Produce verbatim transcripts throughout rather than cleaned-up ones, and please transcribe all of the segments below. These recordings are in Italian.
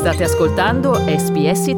State ascoltando S B S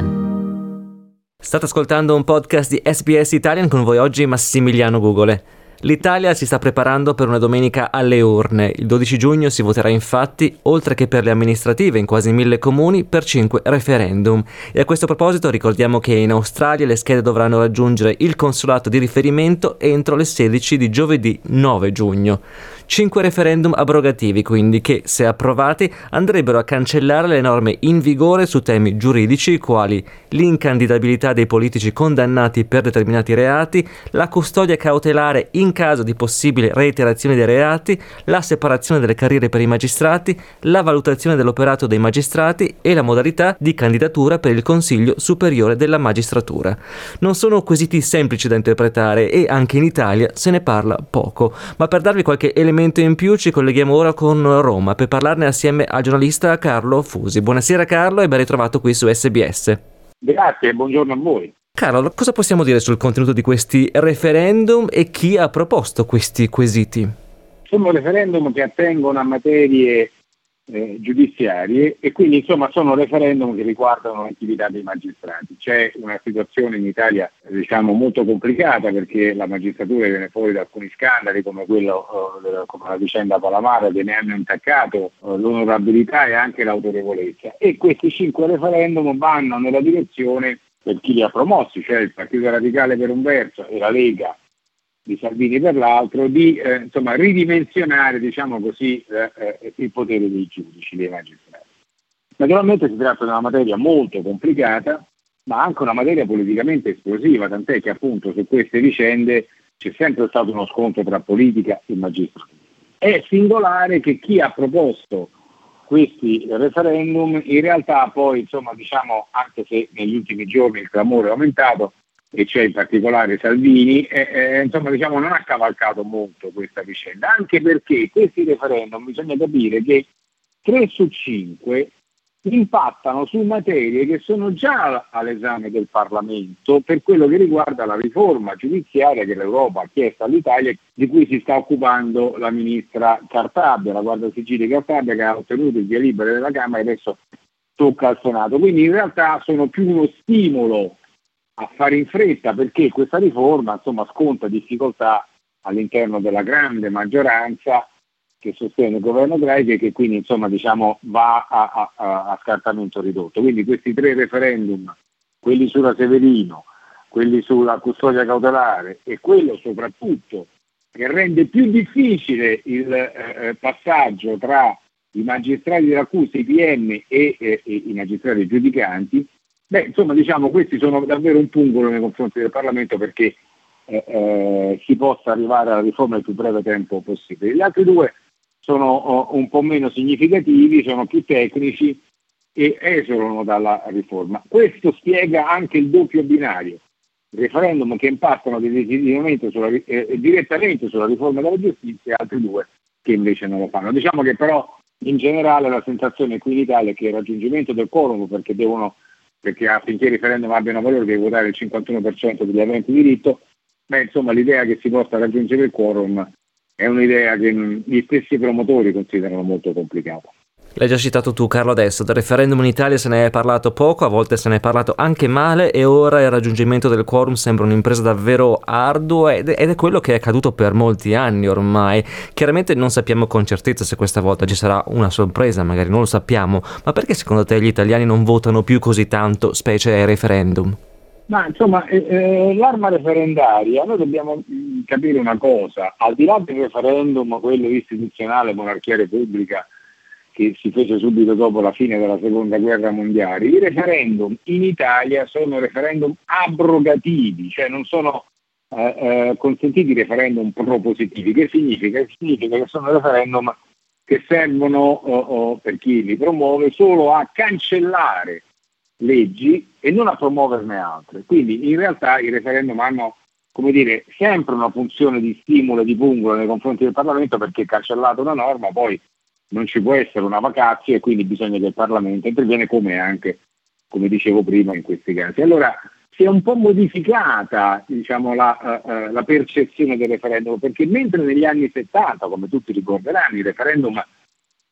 Italian. State ascoltando un podcast di S B S Italian, con voi oggi Massimiliano Gugole. L'Italia si sta preparando per una domenica alle urne. Il dodici giugno si voterà infatti, oltre che per le amministrative in quasi mille comuni, per cinque referendum. E a questo proposito ricordiamo che in Australia le schede dovranno raggiungere il consolato di riferimento entro le sedici di giovedì nove giugno. Cinque referendum abrogativi, quindi, che, se approvati, andrebbero a cancellare le norme in vigore su temi giuridici quali l'incandidabilità dei politici condannati per determinati reati, la custodia cautelare in caso di possibile reiterazione dei reati, la separazione delle carriere per i magistrati, la valutazione dell'operato dei magistrati e la modalità di candidatura per il Consiglio Superiore della Magistratura. Non sono quesiti semplici da interpretare e anche in Italia se ne parla poco, ma per darvi qualche elemento in più ci colleghiamo ora con Roma per parlarne assieme al giornalista Carlo Fusi. Buonasera Carlo e ben ritrovato qui su S B S. Grazie, buongiorno a voi. Carlo, cosa possiamo dire sul contenuto di questi referendum e chi ha proposto questi quesiti? Sono referendum che attengono a materie eh, giudiziarie e quindi insomma sono referendum che riguardano l'attività dei magistrati. C'è una situazione in Italia diciamo molto complicata perché la magistratura viene fuori da alcuni scandali come quello eh, come la vicenda Palamara che ne hanno intaccato eh, l'onorabilità e anche l'autorevolezza, e questi cinque referendum vanno nella direzione, per chi li ha promossi, cioè il Partito Radicale per un verso e la Lega di Salvini per l'altro, di eh, insomma ridimensionare diciamo così eh, eh, il potere dei giudici, dei magistrati. Naturalmente si tratta di una materia molto complicata, ma anche una materia politicamente esplosiva, tant'è che appunto su queste vicende c'è sempre stato uno scontro tra politica e magistratura. È singolare che chi ha proposto questi referendum in realtà poi insomma diciamo anche se negli ultimi giorni il clamore è aumentato e c'è in particolare Salvini eh, eh, insomma diciamo non ha cavalcato molto questa vicenda, anche perché questi referendum bisogna capire che tre su cinque impattano su materie che sono già all'esame del Parlamento per quello che riguarda la riforma giudiziaria che l'Europa ha chiesto all'Italia, di cui si sta occupando la ministra Cartabia, la Guardasigilli Cartabia, che ha ottenuto il via libera della Camera e adesso tocca al Senato. Quindi in realtà sono più uno stimolo a fare in fretta perché questa riforma insomma sconta difficoltà all'interno della grande maggioranza che sostiene il governo Draghi e che quindi insomma diciamo va a, a, a scartamento ridotto. Quindi questi tre referendum, quelli sulla Severino, quelli sulla custodia cautelare e quello soprattutto che rende più difficile il eh, passaggio tra i magistrati dell'accusa, i P M e, e, e i magistrati giudicanti, beh insomma diciamo questi sono davvero un pungolo nei confronti del Parlamento perché eh, eh, si possa arrivare alla riforma nel più breve tempo possibile. Gli altri due sono oh, un po' meno significativi, sono più tecnici e esulano dalla riforma. Questo spiega anche il doppio binario, referendum che impattano decisivamente sulla, eh, direttamente sulla riforma della giustizia e altri due che invece non lo fanno. Diciamo che però in generale la sensazione qui in Italia è che il raggiungimento del quorum, perché devono perché affinché i referendum abbiano valore deve votare il cinquantuno per cento degli aventi diritto, beh insomma l'idea che si possa raggiungere il quorum è un'idea che gli stessi promotori considerano molto complicata. L'hai già citato tu Carlo adesso, del referendum in Italia se ne è parlato poco, a volte se ne è parlato anche male e ora il raggiungimento del quorum sembra un'impresa davvero ardua ed è quello che è accaduto per molti anni ormai. Chiaramente non sappiamo con certezza se questa volta ci sarà una sorpresa, magari non lo sappiamo, ma perché secondo te gli italiani non votano più così tanto, specie ai referendum? Ma insomma eh, eh, l'arma referendaria, noi dobbiamo mh, capire una cosa, al di là del referendum, quello istituzionale monarchia repubblica che si fece subito dopo la fine della seconda guerra mondiale, i referendum in Italia sono referendum abrogativi, cioè non sono eh, eh, consentiti referendum propositivi. Che significa? Significa che sono referendum che servono oh, oh, per chi li promuove solo a cancellare leggi e non a promuoverne altre. Quindi in realtà i referendum hanno, come dire, sempre una funzione di stimolo e di pungolo nei confronti del Parlamento, perché cancellata una norma poi non ci può essere una vacazio e quindi bisogna che il Parlamento interviene, come anche, come dicevo prima, in questi casi. Allora si è un po' modificata diciamo, la, uh, la percezione del referendum, perché mentre negli anni settanta, come tutti ricorderanno, i referendum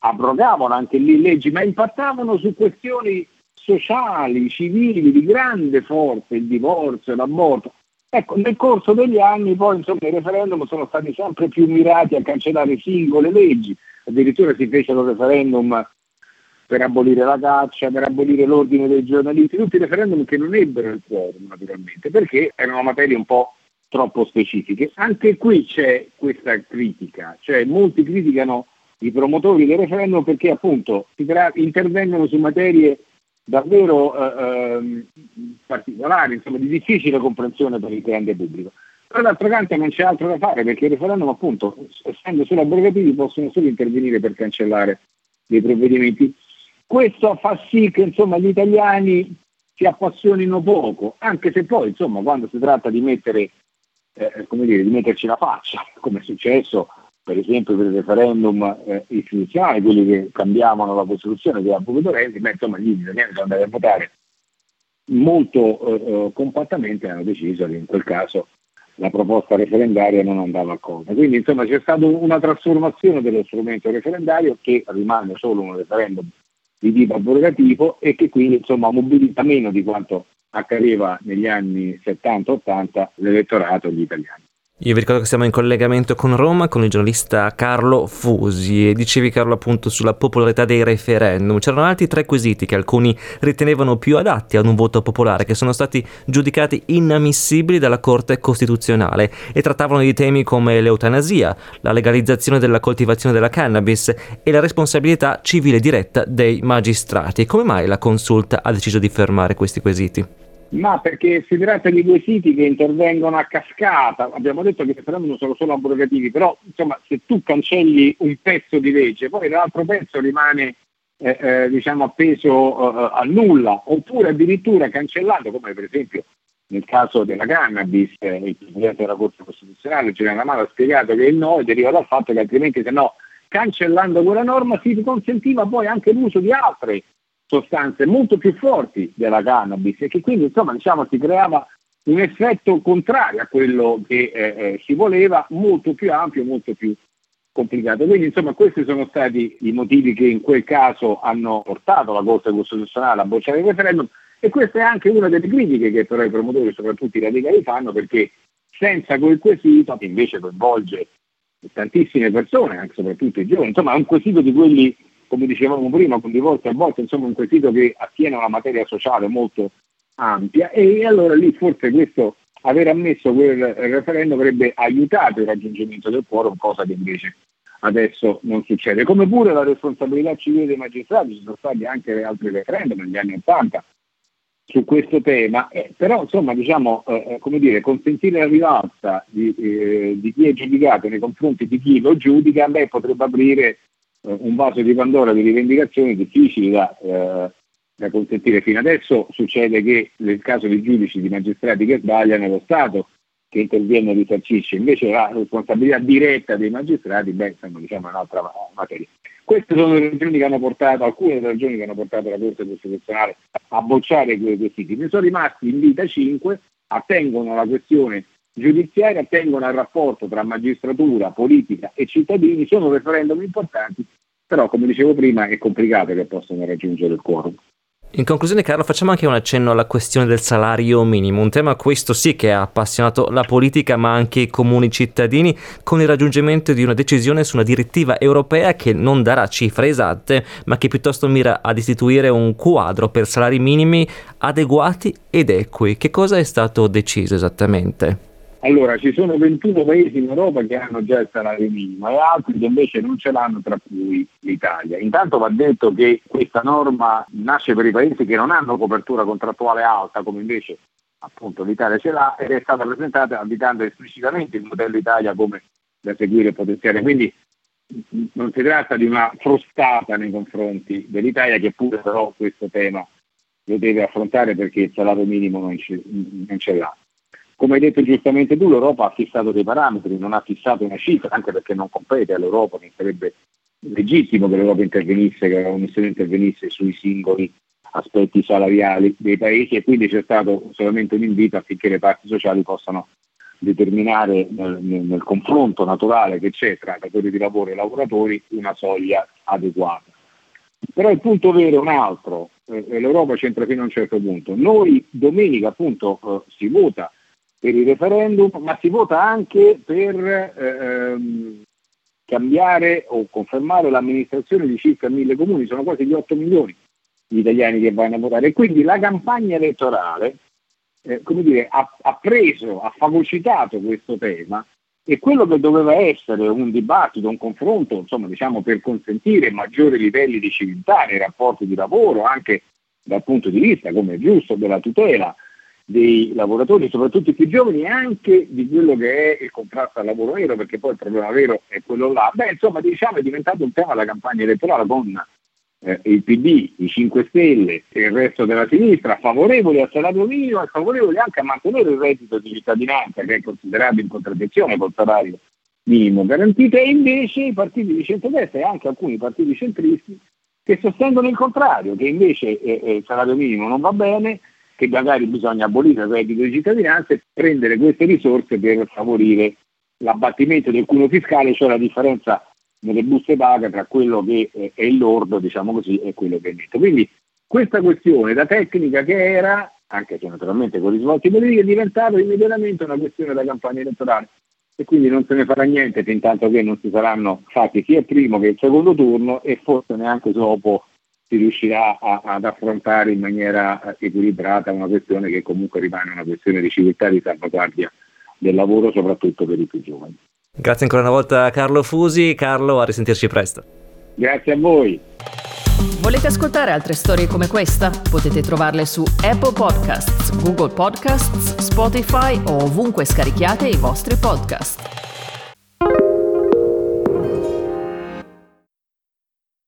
abrogavano anche lì leggi, ma impattavano su questioni sociali, civili, di grande forza, il divorzio, l'aborto. Ecco, nel corso degli anni poi insomma i referendum sono stati sempre più mirati a cancellare singole leggi, addirittura si fecero referendum per abolire la caccia, per abolire l'ordine dei giornalisti, tutti referendum che non ebbero il quorum naturalmente, perché erano materie un po' troppo specifiche. Anche qui c'è questa critica, cioè molti criticano i promotori del referendum perché appunto si tra- intervengono su materie davvero eh, particolari, insomma di difficile comprensione per il grande pubblico. Però d'altro canto non c'è altro da fare perché il referendum appunto, essendo solo abrogativi, possono solo intervenire per cancellare dei provvedimenti. Questo fa sì che insomma gli italiani si appassionino poco, anche se poi insomma quando si tratta di mettere eh, come dire, di metterci la faccia, come è successo per esempio per il referendum eh, istituzionale, quelli che cambiavano la Costituzione che ha voluto Renzi, beh insomma gli italiani sono andati a votare molto eh, compattamente, hanno deciso che in quel caso la proposta referendaria non andava accolta. Quindi insomma c'è stata una trasformazione dello strumento referendario che rimane solo un referendum di tipo abrogativo e che quindi insomma mobilita meno di quanto accadeva negli anni settanta ottanta l'elettorato e gli italiani. Io vi ricordo che siamo in collegamento con Roma con il giornalista Carlo Fusi e dicevi Carlo appunto sulla popolarità dei referendum. C'erano altri tre quesiti che alcuni ritenevano più adatti ad un voto popolare che sono stati giudicati inammissibili dalla Corte Costituzionale e trattavano di temi come l'eutanasia, la legalizzazione della coltivazione della cannabis e la responsabilità civile diretta dei magistrati. Come mai la Consulta ha deciso di fermare questi quesiti? Ma perché si tratta di quesiti che intervengono a cascata. Abbiamo detto che i referendum sono solo abrogativi, però insomma se tu cancelli un pezzo di legge, poi l'altro pezzo rimane eh, eh, diciamo appeso eh, a nulla, oppure addirittura cancellando, come per esempio nel caso della cannabis, eh, il Presidente della Corte Costituzionale, Giuliano Amato, ha spiegato che il no deriva dal fatto che altrimenti se no, cancellando quella norma si consentiva poi anche l'uso di altre sostanze molto più forti della cannabis e che quindi insomma diciamo si creava un effetto contrario a quello che eh, eh, si voleva, molto più ampio, molto più complicato. Quindi insomma questi sono stati i motivi che in quel caso hanno portato la Corte Costituzionale a bocciare il referendum e questa è anche una delle critiche che però i promotori, soprattutto i radicali, fanno, perché senza quel quesito, che invece coinvolge tantissime persone, anche soprattutto i giovani, insomma è un quesito di quelli, come dicevamo prima, con divorzio e aborto, insomma un quesito che attiene a una materia sociale molto ampia e allora lì forse questo, aver ammesso quel referendum avrebbe aiutato il raggiungimento del quorum, cosa che invece adesso non succede. Come pure la responsabilità civile dei magistrati, ci sono stati anche altri referendum negli anni Ottanta su questo tema, eh, però insomma diciamo eh, come dire, consentire la rivalsa di, eh, di chi è giudicato nei confronti di chi lo giudica, beh, potrebbe aprire un vaso di Pandora di rivendicazioni difficili da, eh, da consentire. Fino adesso succede che nel caso di giudici, di magistrati che sbagliano, è lo Stato che interviene e risarcisce, invece la responsabilità diretta dei magistrati, beh, insomma, diciamo, è un'altra materia. Queste sono le ragioni che hanno portato, alcune delle ragioni che hanno portato la Corte Costituzionale a bocciare quei quesiti. Ne sono rimasti in vita cinque, attengono alla questione giudiziaria, attengono al rapporto tra magistratura, politica e cittadini, sono referendum importanti, però come dicevo prima è complicato che possano raggiungere il quorum. In conclusione, Carlo, facciamo anche un accenno alla questione del salario minimo, un tema questo sì che ha appassionato la politica ma anche i comuni cittadini, con il raggiungimento di una decisione su una direttiva europea che non darà cifre esatte ma che piuttosto mira ad istituire un quadro per salari minimi adeguati ed equi. Che cosa è stato deciso esattamente? Allora, ci sono ventuno paesi in Europa che hanno già il salario minimo e altri che invece non ce l'hanno, tra cui l'Italia. Intanto va detto che questa norma nasce per i paesi che non hanno copertura contrattuale alta, come invece appunto l'Italia ce l'ha, ed è stata presentata invitando esplicitamente il modello Italia come da seguire e potenziare. Quindi non si tratta di una frustata nei confronti dell'Italia, che pure però questo tema lo deve affrontare perché il salario minimo non ce, non ce l'ha. Come hai detto giustamente tu, l'Europa ha fissato dei parametri, non ha fissato una cifra, anche perché non compete all'Europa, che sarebbe legittimo che l'Europa intervenisse, che la Commissione intervenisse sui singoli aspetti salariali dei paesi, e quindi c'è stato solamente un invito affinché le parti sociali possano determinare nel, nel, nel confronto naturale che c'è tra datori di lavoro e lavoratori una soglia adeguata. Però il punto vero è un altro, eh, l'Europa c'entra fino a un certo punto. Noi domenica appunto eh, si vota per il referendum, ma si vota anche per ehm, cambiare o confermare l'amministrazione di circa mille comuni, sono quasi gli otto milioni gli italiani che vanno a votare, e quindi la campagna elettorale eh, come dire, ha, ha preso, ha fagocitato questo tema, e quello che doveva essere un dibattito, un confronto, insomma, diciamo, per consentire maggiori livelli di civiltà nei rapporti di lavoro, anche dal punto di vista, come è giusto, della tutela dei lavoratori, soprattutto i più giovani, e anche di quello che è il contrasto al lavoro nero, perché poi il problema vero è quello là. Beh, insomma, diciamo, è diventato un tema della campagna elettorale, con eh, il P D, i cinque Stelle e il resto della sinistra favorevoli al salario minimo e favorevoli anche a mantenere il reddito di cittadinanza, che è considerato in contraddizione col salario minimo garantito, e invece i partiti di centrodestra e anche alcuni partiti centristi che sostengono il contrario, che invece eh, il salario minimo non va bene, che magari bisogna abolire il reddito di cittadinanza e prendere queste risorse per favorire l'abbattimento del cuneo fiscale, cioè la differenza nelle buste paga tra quello che è il lordo, diciamo così, e quello che è netto. Quindi questa questione, da tecnica che era, anche se naturalmente con risvolti politici, è diventata immediatamente una questione da campagna elettorale, e quindi non se ne farà niente fin tanto che non si saranno fatti sia il primo che il secondo turno, e forse neanche dopo si riuscirà a, ad affrontare in maniera equilibrata una questione che comunque rimane una questione di civiltà e di salvaguardia del lavoro, soprattutto per i più giovani. Grazie ancora una volta a Carlo Fusi. Carlo, a risentirci presto. Grazie a voi. Volete ascoltare altre storie come questa? Potete trovarle su Apple Podcasts, Google Podcasts, Spotify o ovunque scarichiate i vostri podcast.